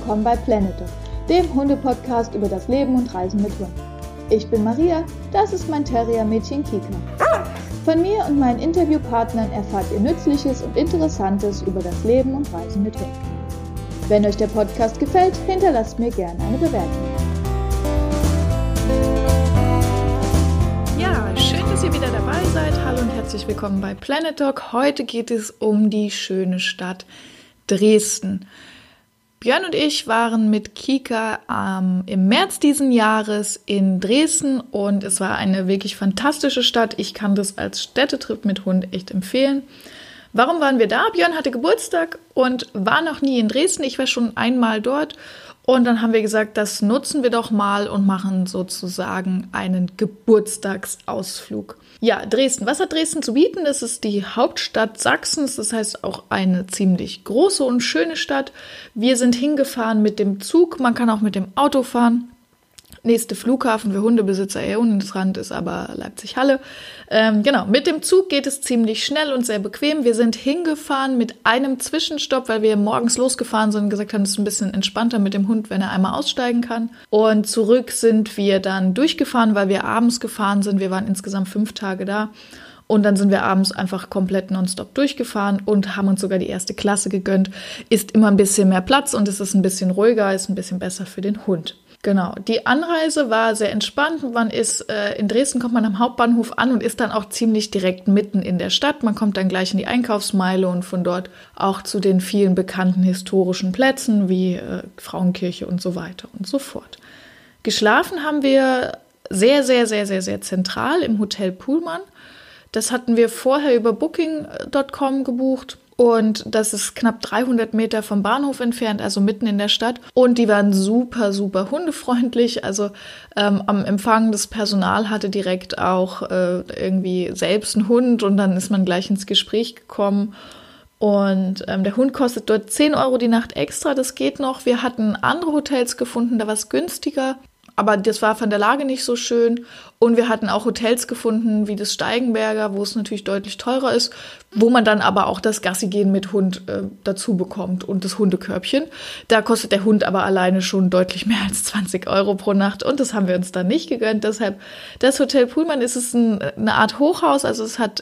willkommen bei Planet Dog, dem Hunde-Podcast über das Leben und Reisen mit Hund. Ich bin Maria, das ist mein Terrier-Mädchen Kika. Von mir und meinen Interviewpartnern erfahrt ihr Nützliches und Interessantes über das Leben und Reisen mit Hund. Wenn euch der Podcast gefällt, hinterlasst mir gerne eine Bewertung. Ja, schön, dass ihr wieder dabei seid. Hallo und herzlich willkommen bei Planet Dog. Heute geht es um die schöne Stadt Dresden. Björn und ich waren mit Kika im März diesen Jahres in Dresden und es war eine wirklich fantastische Stadt. Ich kann das als Städtetrip mit Hund echt empfehlen. Warum waren wir da? Björn hatte Geburtstag und war noch nie in Dresden. Ich war schon einmal dort und dann haben wir gesagt, das nutzen wir doch mal und machen sozusagen einen Geburtstagsausflug. Ja, Dresden. Was hat Dresden zu bieten? Das ist die Hauptstadt Sachsens, das heißt auch eine ziemlich große und schöne Stadt. Wir sind hingefahren mit dem Zug, man kann auch mit dem Auto fahren. Nächste Flughafen für Hundebesitzer eher uninteressant ist aber Leipzig-Halle. Mit dem Zug geht es ziemlich schnell und sehr bequem. Wir sind hingefahren mit einem Zwischenstopp, weil wir morgens losgefahren sind und gesagt haben, es ist ein bisschen entspannter mit dem Hund, wenn er einmal aussteigen kann. Und zurück sind wir dann durchgefahren, weil wir abends gefahren sind. Wir waren insgesamt 5 Tage da. Und dann sind wir abends einfach komplett nonstop durchgefahren und haben uns sogar die erste Klasse gegönnt. Ist immer ein bisschen mehr Platz und es ist ein bisschen ruhiger, ist ein bisschen besser für den Hund. Genau, die Anreise war sehr entspannt. In Dresden kommt man am Hauptbahnhof an und ist dann auch ziemlich direkt mitten in der Stadt. Man kommt dann gleich in die Einkaufsmeile und von dort auch zu den vielen bekannten historischen Plätzen wie Frauenkirche und so weiter und so fort. Geschlafen haben wir sehr, sehr, sehr, sehr, sehr zentral im Hotel Pullman. Das hatten wir vorher über Booking.com gebucht. Und das ist knapp 300 Meter vom Bahnhof entfernt, also mitten in der Stadt. Und die waren super, super hundefreundlich. Also am Empfang das Personal hatte direkt auch irgendwie selbst einen Hund und dann ist man gleich ins Gespräch gekommen. Und der Hund kostet dort 10 Euro die Nacht extra, das geht noch. Wir hatten andere Hotels gefunden, da war es günstiger. Aber das war von der Lage nicht so schön. Und wir hatten auch Hotels gefunden, wie das Steigenberger, wo es natürlich deutlich teurer ist, wo man dann aber auch das Gassigehen mit Hund dazu bekommt und das Hundekörbchen. Da kostet der Hund aber alleine schon deutlich mehr als 20 Euro pro Nacht. Und das haben wir uns dann nicht gegönnt. Deshalb, das Hotel Pullman ist eine Art Hochhaus. Also es hat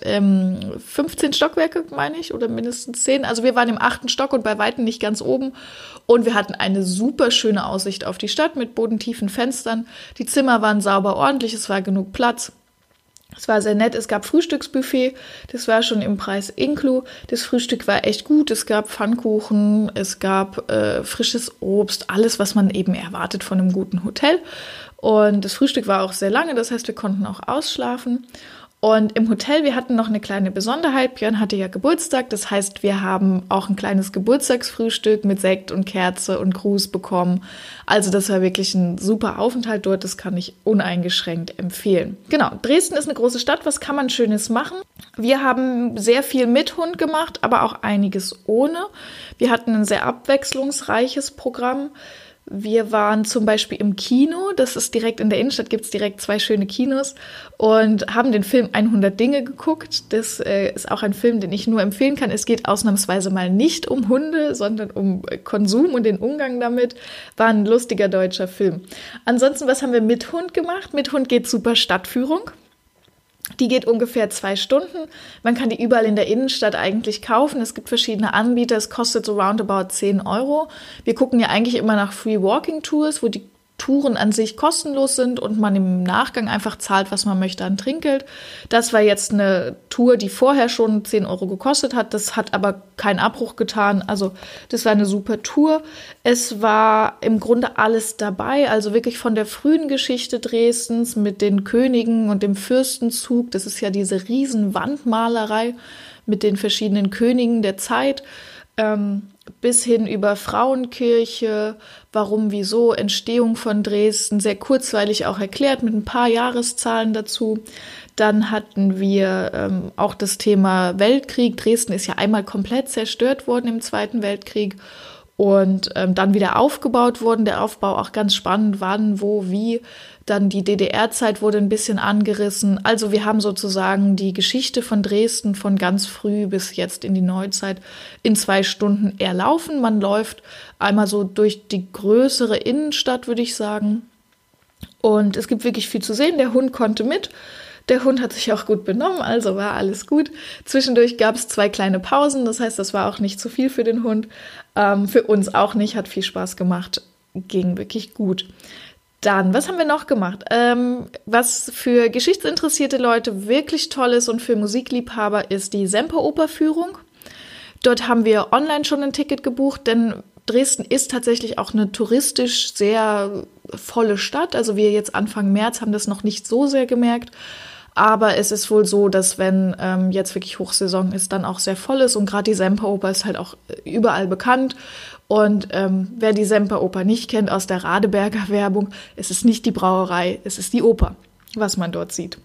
15 Stockwerke, meine ich, oder mindestens 10. Also wir waren im 8. Stock und bei Weitem nicht ganz oben. Und wir hatten eine super schöne Aussicht auf die Stadt mit bodentiefen Fenstern. Die Zimmer waren sauber ordentlich, es war genug Platz. Es war sehr nett, es gab Frühstücksbuffet, das war schon im Preis inklu. Das Frühstück war echt gut, es gab Pfannkuchen, es gab frisches Obst, alles, was man eben erwartet von einem guten Hotel. Und das Frühstück war auch sehr lange, das heißt, wir konnten auch ausschlafen. Und im Hotel, wir hatten noch eine kleine Besonderheit. Björn hatte ja Geburtstag, das heißt, wir haben auch ein kleines Geburtstagsfrühstück mit Sekt und Kerze und Gruß bekommen. Also das war wirklich ein super Aufenthalt dort, das kann ich uneingeschränkt empfehlen. Genau, Dresden ist eine große Stadt, was kann man Schönes machen? Wir haben sehr viel mit Hund gemacht, aber auch einiges ohne. Wir hatten ein sehr abwechslungsreiches Programm. Wir waren zum Beispiel im Kino, das ist direkt in der Innenstadt, gibt es direkt 2 schöne Kinos und haben den Film 100 Dinge geguckt. Das ist auch ein Film, den ich nur empfehlen kann. Es geht ausnahmsweise mal nicht um Hunde, sondern um Konsum und den Umgang damit. War ein lustiger deutscher Film. Ansonsten, was haben wir mit Hund gemacht? Mit Hund geht super Stadtführung. Die geht ungefähr 2 Stunden. Man kann die überall in der Innenstadt eigentlich kaufen. Es gibt verschiedene Anbieter. Es kostet so roundabout 10 Euro. Wir gucken ja eigentlich immer nach Free Walking Tours, wo die Touren an sich kostenlos sind und man im Nachgang einfach zahlt, was man möchte an Trinkgeld. Das war jetzt eine Tour, die vorher schon 10 Euro gekostet hat. Das hat aber keinen Abbruch getan. Also das war eine super Tour. Es war im Grunde alles dabei. Also wirklich von der frühen Geschichte Dresdens mit den Königen und dem Fürstenzug. Das ist ja diese riesen Wandmalerei mit den verschiedenen Königen der Zeit. Bis hin über Frauenkirche, warum, wieso, Entstehung von Dresden, sehr kurzweilig auch erklärt mit ein paar Jahreszahlen dazu. Dann hatten wir auch das Thema Weltkrieg. Dresden ist ja einmal komplett zerstört worden im Zweiten Weltkrieg. und dann wieder aufgebaut wurden. Der Aufbau auch ganz spannend, wann, wo, wie. Dann die DDR-Zeit wurde ein bisschen angerissen. Also wir haben sozusagen die Geschichte von Dresden von ganz früh bis jetzt in die Neuzeit in 2 Stunden erlaufen. Man läuft einmal so durch die größere Innenstadt, würde ich sagen. Und es gibt wirklich viel zu sehen. Der Hund konnte mit. Der Hund hat sich auch gut benommen, also war alles gut. Zwischendurch gab es 2 kleine Pausen, das heißt, das war auch nicht zu viel für den Hund. Für uns auch nicht, hat viel Spaß gemacht, ging wirklich gut. Dann, was haben wir noch gemacht? Was für geschichtsinteressierte Leute wirklich toll ist und für Musikliebhaber ist die Semperoper-Führung. Dort haben wir online schon ein Ticket gebucht, denn Dresden ist tatsächlich auch eine touristisch sehr volle Stadt. Also wir jetzt Anfang März haben das noch nicht so sehr gemerkt. Aber es ist wohl so, dass wenn jetzt wirklich Hochsaison ist, dann auch sehr voll ist. Und gerade die Semperoper ist halt auch überall bekannt. Und wer die Semperoper nicht kennt aus der Radeberger Werbung, es ist nicht die Brauerei, es ist die Oper, was man dort sieht.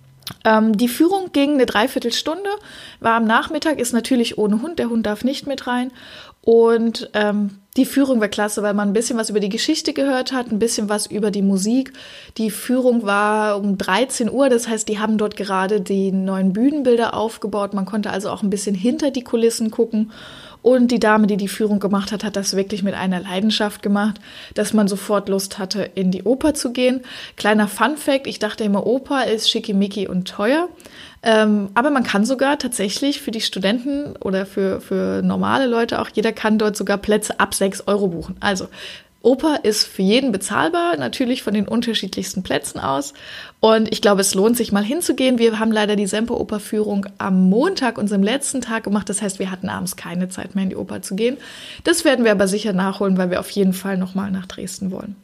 Die Führung ging eine Dreiviertelstunde, war am Nachmittag, ist natürlich ohne Hund, der Hund darf nicht mit rein. Und die Führung war klasse, weil man ein bisschen was über die Geschichte gehört hat, ein bisschen was über die Musik. Die Führung war um 13 Uhr, das heißt, die haben dort gerade die neuen Bühnenbilder aufgebaut. Man konnte also auch ein bisschen hinter die Kulissen gucken. Und die Dame, die die Führung gemacht hat, hat das wirklich mit einer Leidenschaft gemacht, dass man sofort Lust hatte, in die Oper zu gehen. Kleiner Funfact, ich dachte immer, Oper ist schickimicki und teuer. Aber man kann sogar tatsächlich für die Studenten oder für normale Leute auch, jeder kann dort sogar Plätze ab 6 Euro buchen. Also Oper ist für jeden bezahlbar, natürlich von den unterschiedlichsten Plätzen aus. Und ich glaube, es lohnt sich mal hinzugehen. Wir haben leider die Semperoper-Führung am Montag, unserem letzten Tag gemacht. Das heißt, wir hatten abends keine Zeit mehr in die Oper zu gehen. Das werden wir aber sicher nachholen, weil wir auf jeden Fall nochmal nach Dresden wollen.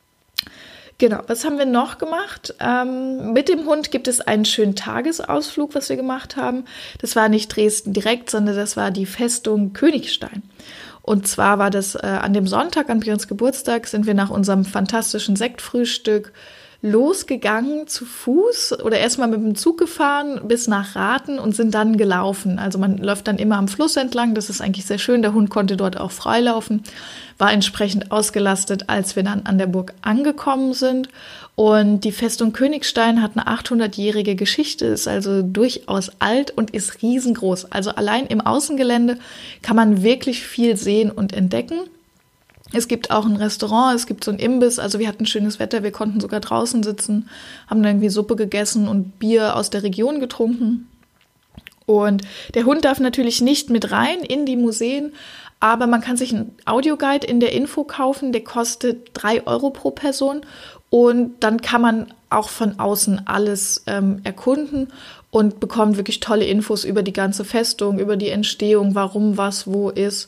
Genau, was haben wir noch gemacht? Mit dem Hund gibt es einen schönen Tagesausflug, was wir gemacht haben. Das war nicht Dresden direkt, sondern das war die Festung Königstein. Und zwar war das an dem Sonntag, an Björns Geburtstag, sind wir nach unserem fantastischen Sektfrühstück losgegangen zu Fuß oder erstmal mit dem Zug gefahren bis nach Rathen und sind dann gelaufen. Also man läuft dann immer am Fluss entlang, das ist eigentlich sehr schön. Der Hund konnte dort auch freilaufen, war entsprechend ausgelastet, als wir dann an der Burg angekommen sind. Und die Festung Königstein hat eine 800-jährige Geschichte, ist also durchaus alt und ist riesengroß. Also allein im Außengelände kann man wirklich viel sehen und entdecken. Es gibt auch ein Restaurant, es gibt so ein Imbiss, also wir hatten schönes Wetter, wir konnten sogar draußen sitzen, haben dann irgendwie Suppe gegessen und Bier aus der Region getrunken. Und der Hund darf natürlich nicht mit rein in die Museen, aber man kann sich einen Audioguide in der Info kaufen, der kostet 3 Euro pro Person und dann kann man auch von außen alles erkunden und bekommt wirklich tolle Infos über die ganze Festung, über die Entstehung, warum was wo ist.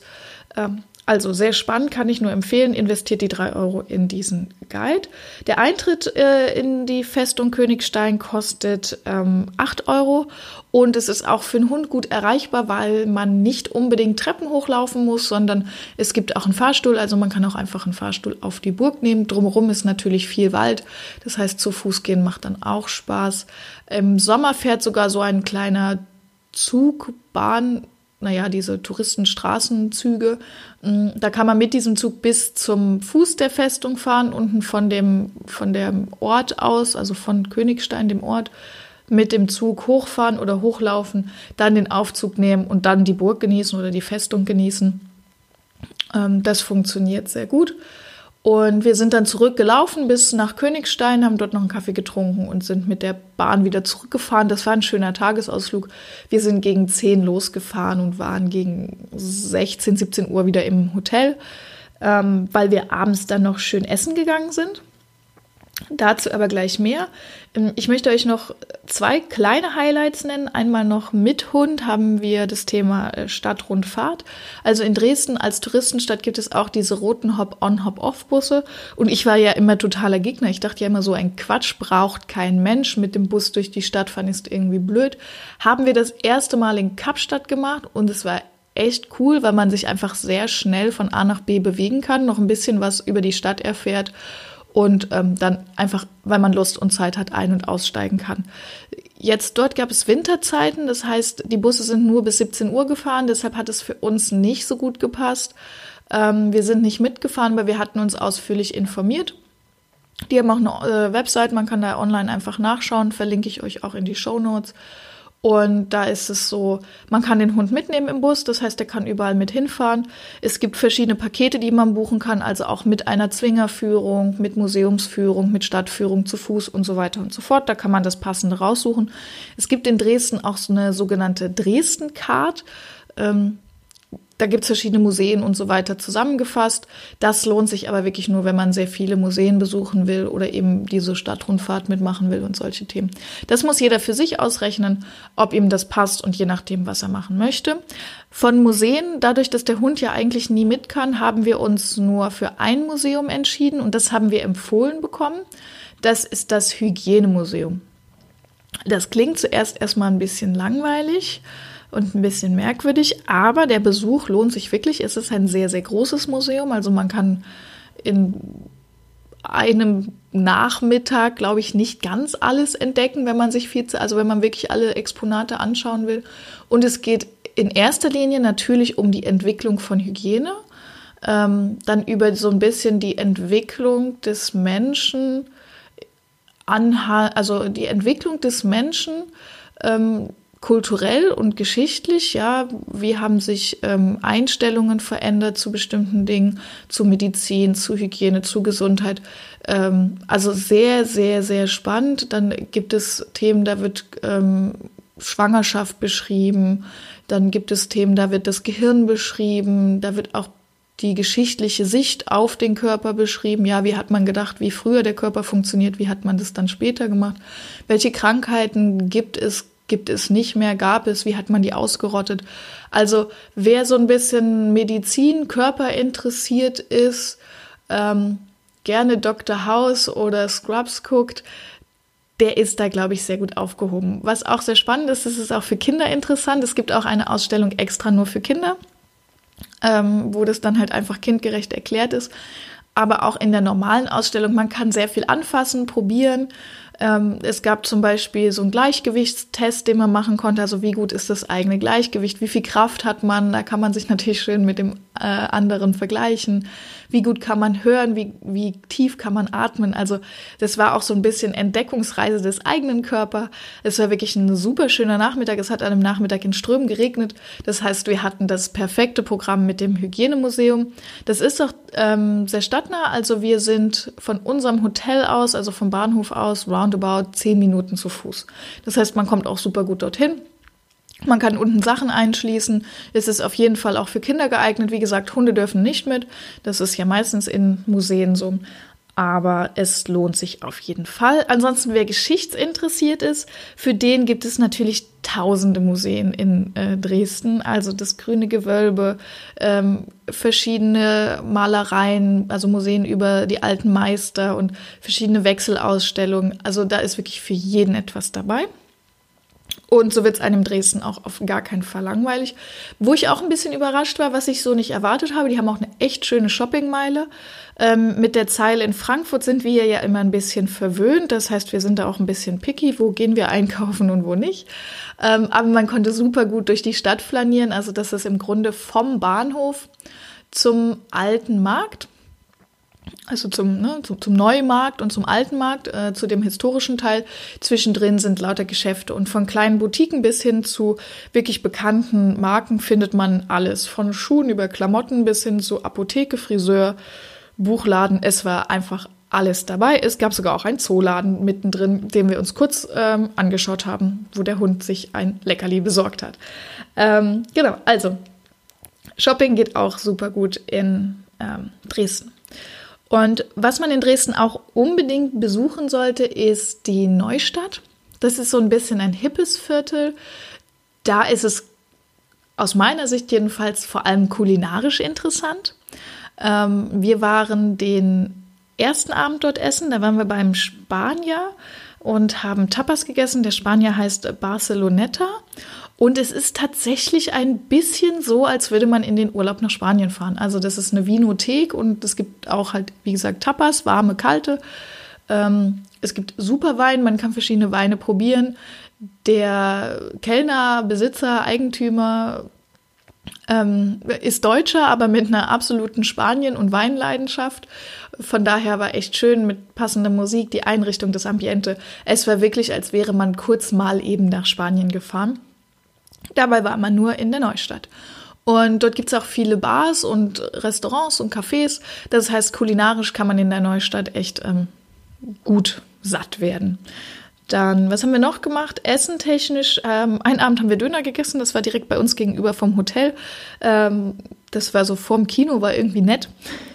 Also sehr spannend, kann ich nur empfehlen, investiert die 3 Euro in diesen Guide. Der Eintritt in die Festung Königstein kostet 8 Euro und es ist auch für einen Hund gut erreichbar, weil man nicht unbedingt Treppen hochlaufen muss, sondern es gibt auch einen Fahrstuhl, also man kann auch einfach einen Fahrstuhl auf die Burg nehmen. Drumherum ist natürlich viel Wald, das heißt zu Fuß gehen macht dann auch Spaß. Im Sommer fährt sogar so ein kleiner Zugbahn, diese Touristenstraßenzüge, da kann man mit diesem Zug bis zum Fuß der Festung fahren, unten von dem Ort aus, also von Königstein, dem Ort, mit dem Zug hochfahren oder hochlaufen, dann den Aufzug nehmen und dann die Burg genießen oder die Festung genießen. Das funktioniert sehr gut. Und wir sind dann zurückgelaufen bis nach Königstein, haben dort noch einen Kaffee getrunken und sind mit der Bahn wieder zurückgefahren. Das war ein schöner Tagesausflug. Wir sind gegen 10 losgefahren und waren gegen 16, 17 Uhr wieder im Hotel, weil wir abends dann noch schön essen gegangen sind. Dazu aber gleich mehr. Ich möchte euch noch 2 kleine Highlights nennen. Einmal noch mit Hund haben wir das Thema Stadtrundfahrt. Also in Dresden als Touristenstadt gibt es auch diese roten Hop-on, Hop-off-Busse. Und ich war ja immer totaler Gegner. Ich dachte ja immer, so ein Quatsch braucht kein Mensch. Mit dem Bus durch die Stadt fahren ist irgendwie blöd. Haben wir das erste Mal in Kapstadt gemacht und es war echt cool, weil man sich einfach sehr schnell von A nach B bewegen kann, noch ein bisschen was über die Stadt erfährt. Und dann einfach, weil man Lust und Zeit hat, ein- und aussteigen kann. Jetzt dort gab es Winterzeiten, das heißt, die Busse sind nur bis 17 Uhr gefahren, deshalb hat es für uns nicht so gut gepasst. Wir sind nicht mitgefahren, aber wir hatten uns ausführlich informiert. Die haben auch eine Website, man kann da online einfach nachschauen, verlinke ich euch auch in die Shownotes. Und da ist es so, man kann den Hund mitnehmen im Bus, das heißt, der kann überall mit hinfahren. Es gibt verschiedene Pakete, die man buchen kann, also auch mit einer Zwingerführung, mit Museumsführung, mit Stadtführung zu Fuß und so weiter und so fort. Da kann man das Passende raussuchen. Es gibt in Dresden auch so eine sogenannte Dresden-Card. Da gibt es verschiedene Museen und so weiter zusammengefasst. Das lohnt sich aber wirklich nur, wenn man sehr viele Museen besuchen will oder eben diese Stadtrundfahrt mitmachen will und solche Themen. Das muss jeder für sich ausrechnen, ob ihm das passt und je nachdem, was er machen möchte. Von Museen, dadurch, dass der Hund ja eigentlich nie mit kann, haben wir uns nur für ein Museum entschieden und das haben wir empfohlen bekommen. Das ist das Hygienemuseum. Das klingt zuerst erstmal ein bisschen langweilig und ein bisschen merkwürdig, aber der Besuch lohnt sich wirklich. Es ist ein sehr, sehr großes Museum, also man kann in einem Nachmittag, glaube ich, nicht ganz alles entdecken, wenn man sich wenn man wirklich alle Exponate anschauen will. Und es geht in erster Linie natürlich um die Entwicklung von Hygiene, dann über so ein bisschen die Entwicklung des Menschen, kulturell und geschichtlich, ja, wie haben sich Einstellungen verändert zu bestimmten Dingen, zu Medizin, zu Hygiene, zu Gesundheit. Also sehr, sehr, sehr spannend. Dann gibt es Themen, da wird Schwangerschaft beschrieben. Dann gibt es Themen, da wird das Gehirn beschrieben. Da wird auch die geschichtliche Sicht auf den Körper beschrieben. Ja, wie hat man gedacht, wie früher der Körper funktioniert? Wie hat man das dann später gemacht? Welche Krankheiten gibt es nicht mehr, gab es, wie hat man die ausgerottet? Also wer so ein bisschen Medizin, Körper interessiert ist, gerne Dr. House oder Scrubs guckt, der ist da, glaube ich, sehr gut aufgehoben. Was auch sehr spannend ist, es ist auch für Kinder interessant. Es gibt auch eine Ausstellung extra nur für Kinder, wo das dann halt einfach kindgerecht erklärt ist. Aber auch in der normalen Ausstellung, man kann sehr viel anfassen, probieren. Es gab zum Beispiel so einen Gleichgewichtstest, den man machen konnte. Also wie gut ist das eigene Gleichgewicht? Wie viel Kraft hat man? Da kann man sich natürlich schön mit dem anderen vergleichen. Wie gut kann man hören? Wie tief kann man atmen? Also das war auch so ein bisschen Entdeckungsreise des eigenen Körpers. Es war wirklich ein super schöner Nachmittag. Es hat an einem Nachmittag in Strömen geregnet. Das heißt, wir hatten das perfekte Programm mit dem Hygienemuseum. Das ist auch sehr stadtnah. Also wir sind von unserem Hotel aus, also vom Bahnhof aus, roundabout 10 Minuten zu Fuß. Das heißt, man kommt auch super gut dorthin. Man kann unten Sachen einschließen. Es ist auf jeden Fall auch für Kinder geeignet. Wie gesagt, Hunde dürfen nicht mit. Das ist ja meistens in Museen so. Aber es lohnt sich auf jeden Fall. Ansonsten, wer geschichtsinteressiert ist, für den gibt es natürlich tausende Museen in Dresden. Also das Grüne Gewölbe, verschiedene Malereien, also Museen über die alten Meister und verschiedene Wechselausstellungen. Also da ist wirklich für jeden etwas dabei. Und so wird es einem Dresden auch auf gar keinen Fall langweilig. Wo ich auch ein bisschen überrascht war, was ich so nicht erwartet habe, die haben auch eine echt schöne Shoppingmeile. Mit der Zeile in Frankfurt sind wir ja immer ein bisschen verwöhnt. Das heißt, wir sind da auch ein bisschen picky, wo gehen wir einkaufen und wo nicht. Aber man konnte super gut durch die Stadt flanieren. Also das ist im Grunde vom Bahnhof zum Alten Markt. Also zum Neumarkt und zum Alten Markt, zu dem historischen Teil. Zwischendrin sind lauter Geschäfte und von kleinen Boutiquen bis hin zu wirklich bekannten Marken findet man alles. Von Schuhen über Klamotten bis hin zu Apotheke, Friseur, Buchladen. Es war einfach alles dabei. Es gab sogar auch einen Zooladen mittendrin, den wir uns kurz angeschaut haben, wo der Hund sich ein Leckerli besorgt hat. Genau, also Shopping geht auch super gut in Dresden. Und was man in Dresden auch unbedingt besuchen sollte, ist die Neustadt. Das ist so ein bisschen ein hippes Viertel. Da ist es aus meiner Sicht jedenfalls vor allem kulinarisch interessant. Wir waren den ersten Abend dort essen, da waren wir beim Spanier und haben Tapas gegessen. Der Spanier heißt Barceloneta. Und es ist tatsächlich ein bisschen so, als würde man in den Urlaub nach Spanien fahren. Also das ist eine Vinothek und es gibt auch halt, wie gesagt, Tapas, warme, kalte. Es gibt super Wein, man kann verschiedene Weine probieren. Der Kellner, Besitzer, Eigentümer Ist Deutscher, aber mit einer absoluten Spanien- und Weinleidenschaft. Von daher war echt schön mit passender Musik, die Einrichtung, das Ambiente. Es war wirklich, als wäre man kurz mal eben nach Spanien gefahren. Dabei war man nur in der Neustadt. Und dort gibt es auch viele Bars und Restaurants und Cafés. Das heißt, kulinarisch kann man in der Neustadt echt gut satt werden. Dann, was haben wir noch gemacht? Essentechnisch, einen Abend haben wir Döner gegessen, das war direkt bei uns gegenüber vom Hotel. Das war so vorm Kino, war irgendwie nett.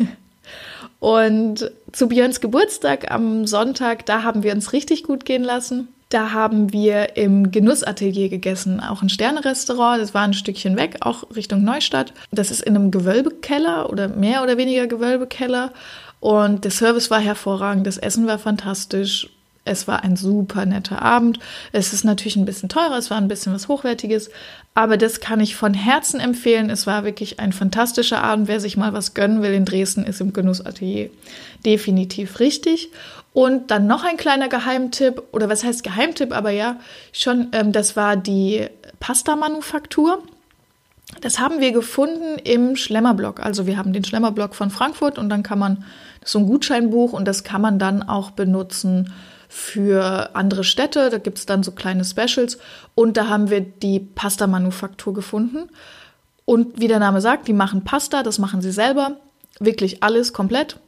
Und zu Björns Geburtstag am Sonntag, da haben wir uns richtig gut gehen lassen. Da haben wir im Genussatelier gegessen, auch ein Sterne-Restaurant. Das war ein Stückchen weg, auch Richtung Neustadt. Das ist in einem Gewölbekeller oder mehr oder weniger Gewölbekeller. Und der Service war hervorragend, das Essen war fantastisch. Es war ein super netter Abend. Es ist natürlich ein bisschen teurer, es war ein bisschen was Hochwertiges, aber das kann ich von Herzen empfehlen. Es war wirklich ein fantastischer Abend. Wer sich mal was gönnen will in Dresden, ist im Genussatelier definitiv richtig. Und dann noch ein kleiner Geheimtipp, oder was heißt Geheimtipp, aber ja, schon, das war die Pasta-Manufaktur. Das haben wir gefunden im Schlemmerblock. Also wir haben den Schlemmerblock von Frankfurt und dann kann man, das ist so ein Gutscheinbuch und das kann man dann auch benutzen für andere Städte. Da gibt es dann so kleine Specials und da haben wir die Pasta-Manufaktur gefunden. Und wie der Name sagt, die machen Pasta, das machen sie selber. Wirklich alles komplett.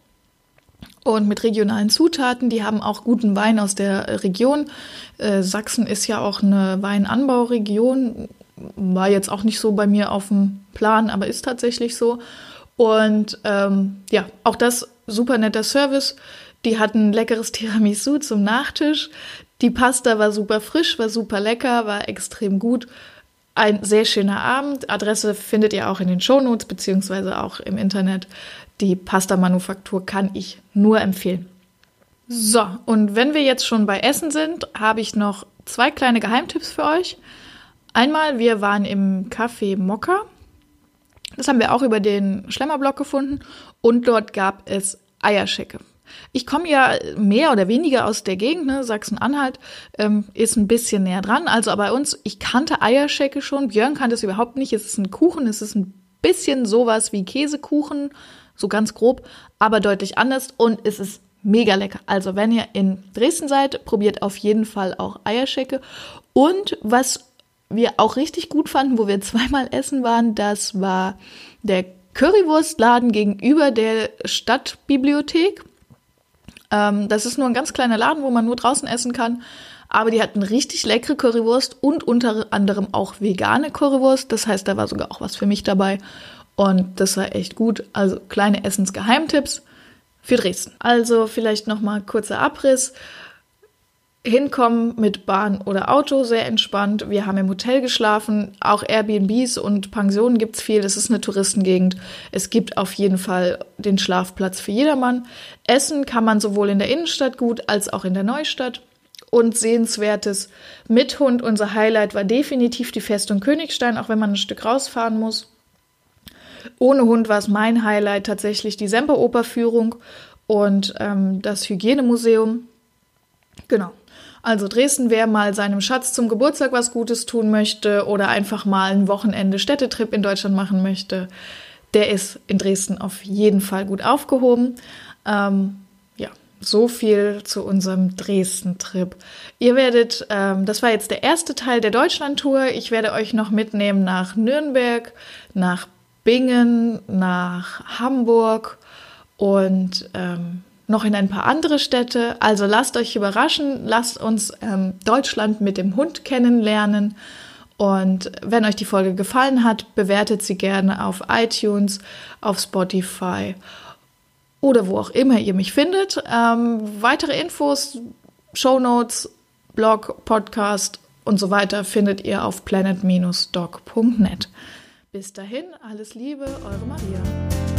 Und mit regionalen Zutaten, die haben auch guten Wein aus der Region. Sachsen ist ja auch eine Weinanbauregion. War jetzt auch nicht so bei mir auf dem Plan, aber ist tatsächlich so. Und ja, auch das super netter Service. Die hatten leckeres Tiramisu zum Nachtisch. Die Pasta war super frisch, war super lecker, war extrem gut. Ein sehr schöner Abend. Adresse findet ihr auch in den Shownotes beziehungsweise auch im Internet. Die Pasta-Manufaktur kann ich nur empfehlen. So, und wenn wir jetzt schon bei Essen sind, habe ich noch 2 kleine Geheimtipps für euch. Einmal, wir waren im Café Mokka. Das haben wir auch über den Schlemmerblock gefunden. Und dort gab es Eierschecke. Ich komme ja mehr oder weniger aus der Gegend, ne? Sachsen-Anhalt ist ein bisschen näher dran. Also bei uns, ich kannte Eierschecke schon, Björn kannte es überhaupt nicht. Es ist ein Kuchen, es ist ein bisschen sowas wie Käsekuchen, so ganz grob, aber deutlich anders und es ist mega lecker. Also wenn ihr in Dresden seid, probiert auf jeden Fall auch Eierschecke. Und was wir auch richtig gut fanden, wo wir 2-mal essen waren, das war der Currywurstladen gegenüber der Stadtbibliothek. Das ist nur ein ganz kleiner Laden, wo man nur draußen essen kann. Aber die hatten richtig leckere Currywurst und unter anderem auch vegane Currywurst. Das heißt, da war sogar auch was für mich dabei. Und das war echt gut. Also kleine Essensgeheimtipps für Dresden. Also vielleicht nochmal kurzer Abriss. Hinkommen mit Bahn oder Auto, sehr entspannt. Wir haben im Hotel geschlafen. Auch Airbnbs und Pensionen gibt's viel. Das ist eine Touristengegend. Es gibt auf jeden Fall den Schlafplatz für jedermann. Essen kann man sowohl in der Innenstadt gut als auch in der Neustadt. Und Sehenswertes mit Hund. Unser Highlight war definitiv die Festung Königstein, auch wenn man ein Stück rausfahren muss. Ohne Hund war es mein Highlight tatsächlich die Semperoper-Führung und das Hygienemuseum. Genau. Also Dresden, wer mal seinem Schatz zum Geburtstag was Gutes tun möchte oder einfach mal ein Wochenende Städtetrip in Deutschland machen möchte, der ist in Dresden auf jeden Fall gut aufgehoben. Ja, so viel zu unserem Dresden-Trip. Ihr werdet, das war jetzt der erste Teil der Deutschland-Tour. Ich werde euch noch mitnehmen nach Nürnberg, nach Bingen, nach Hamburg und noch in ein paar andere Städte. Also lasst euch überraschen, lasst uns Deutschland mit dem Hund kennenlernen. Und wenn euch die Folge gefallen hat, bewertet sie gerne auf iTunes, auf Spotify oder wo auch immer ihr mich findet. Weitere Infos, Shownotes, Blog, Podcast und so weiter findet ihr auf planet-doc.net. Bis dahin, alles Liebe, eure Maria.